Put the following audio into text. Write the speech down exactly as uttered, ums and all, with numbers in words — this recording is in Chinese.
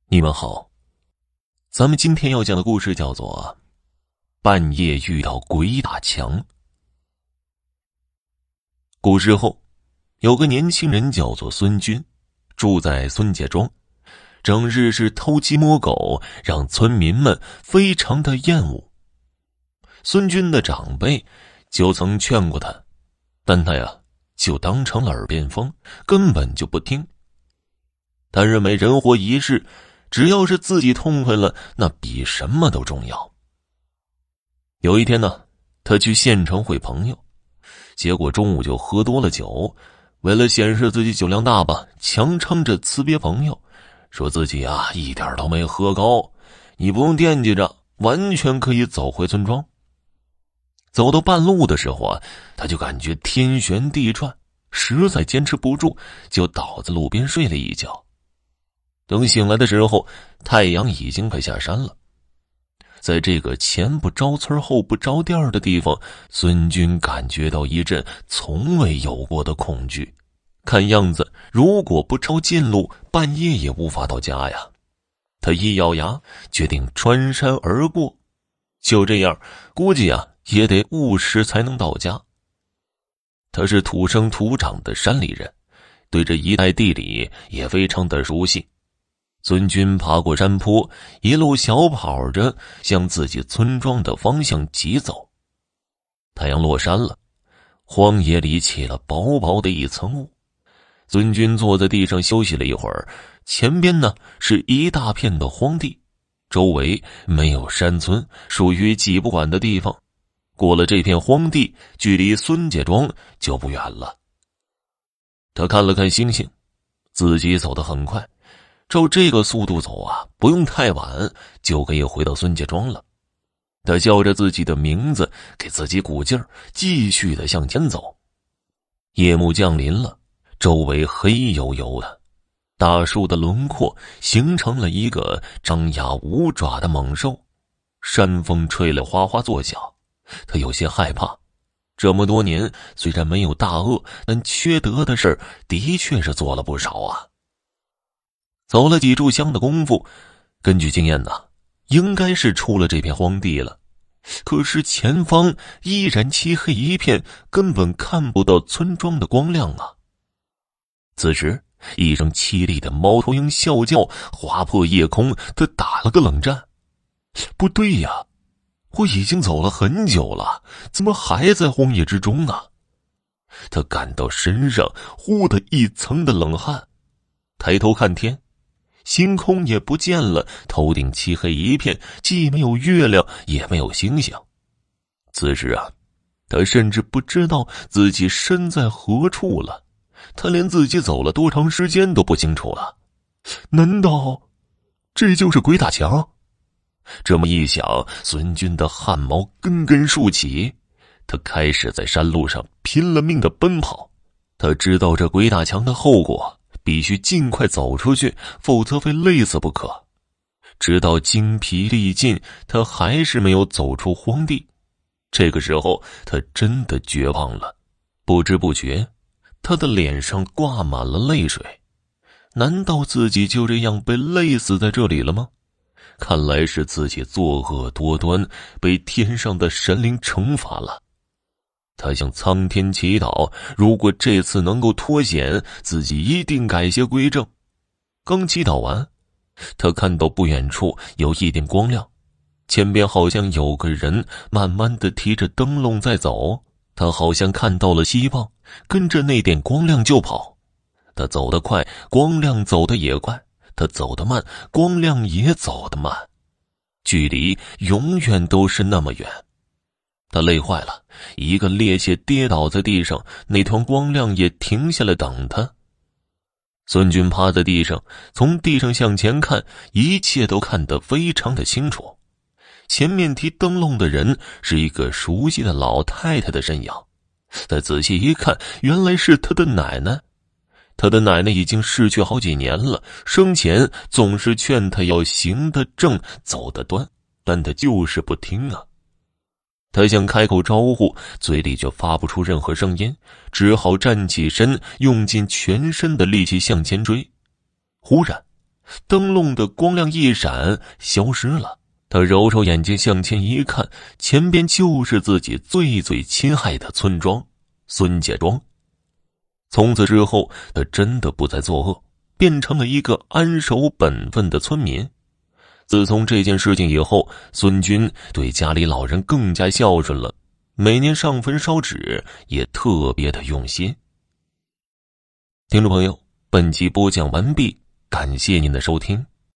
你们好，咱们今天要讲的故事叫做半夜遇到鬼打墙。古时候有个年轻人叫做孙军，住在孙家庄，整日是偷鸡摸狗，让村民们非常的厌恶。孙军的长辈就曾劝过他，但他呀就当成了耳边风，根本就不听。他认为人活一世，只要是自己痛快了，那比什么都重要。有一天呢，他去县城会朋友，结果中午就喝多了酒，为了显示自己酒量大吧，强撑着辞别朋友，说自己啊一点都没喝高，你不用惦记着，完全可以走回村庄。走到半路的时候啊，他就感觉天旋地转，实在坚持不住，就倒在路边睡了一觉。等醒来的时候，太阳已经快下山了。在这个前不着村后不着店的地方，孙军感觉到一阵从未有过的恐惧。看样子如果不抄近路，半夜也无法到家呀。他一咬牙，决定穿山而过。就这样，估计啊也得午时才能到家。他是土生土长的山里人，对这一带地理也非常的熟悉。孙军爬过山坡，一路小跑着向自己村庄的方向疾走。太阳落山了，荒野里起了薄薄的一层雾。孙军坐在地上休息了一会儿，前边呢是一大片的荒地，周围没有山村，属于挤不管的地方。过了这片荒地，距离孙家庄就不远了。他看了看星星，自己走得很快，照这个速度走啊，不用太晚就可以回到孙家庄了。他叫着自己的名字，给自己鼓劲儿，继续的向前走。夜幕降临了，周围黑黝黝的，大树的轮廓形成了一个张牙舞爪的猛兽。山风吹了哗哗作响，他有些害怕。这么多年虽然没有大恶，但缺德的事的确是做了不少啊。走了几炷香的功夫，根据经验呢，应该是出了这片荒地了。可是前方依然漆黑一片，根本看不到村庄的光亮啊。此时一声凄厉的猫头鹰啸叫划破夜空，他打了个冷战。不对呀，我已经走了很久了，怎么还在荒野之中啊？他感到身上忽的一层的冷汗，抬头看天，星空也不见了，头顶漆黑一片，既没有月亮也没有星星。此时啊，他甚至不知道自己身在何处了，他连自己走了多长时间都不清楚了。难道这就是鬼打墙？这么一想，孙军的汗毛根根竖起，他开始在山路上拼了命的奔跑。他知道这鬼打墙的后果，必须尽快走出去，否则非累死不可。直到精疲力尽，他还是没有走出荒地。这个时候他真的绝望了，不知不觉他的脸上挂满了泪水。难道自己就这样被累死在这里了吗？看来是自己作恶多端，被天上的神灵惩罚了。他向苍天祈祷，如果这次能够脱险，自己一定改邪归正。刚祈祷完，他看到不远处有一点光亮，前边好像有个人慢慢地提着灯笼在走。他好像看到了希望，跟着那点光亮就跑。他走得快，光亮走得也快；他走得慢，光亮也走得慢，距离永远都是那么远。他累坏了，一个趔趄跌倒在地上，那团光亮也停下来等他。孙军趴在地上，从地上向前看，一切都看得非常的清楚。前面提灯笼的人是一个熟悉的老太太的身影，再仔细一看，原来是他的奶奶。他的奶奶已经逝去好几年了，生前总是劝他要行得正，走得端，但他就是不听啊。他想开口招呼，嘴里却发不出任何声音，只好站起身，用尽全身的力气向前追。忽然灯笼的光亮一闪，消失了。他揉揉眼睛向前一看，前边就是自己最最亲爱的村庄孙家庄。从此之后，他真的不再作恶，变成了一个安守本分的村民。自从这件事情以后，孙军对家里老人更加孝顺了，每年上坟烧纸也特别的用心。听众朋友，本集播讲完毕，感谢您的收听。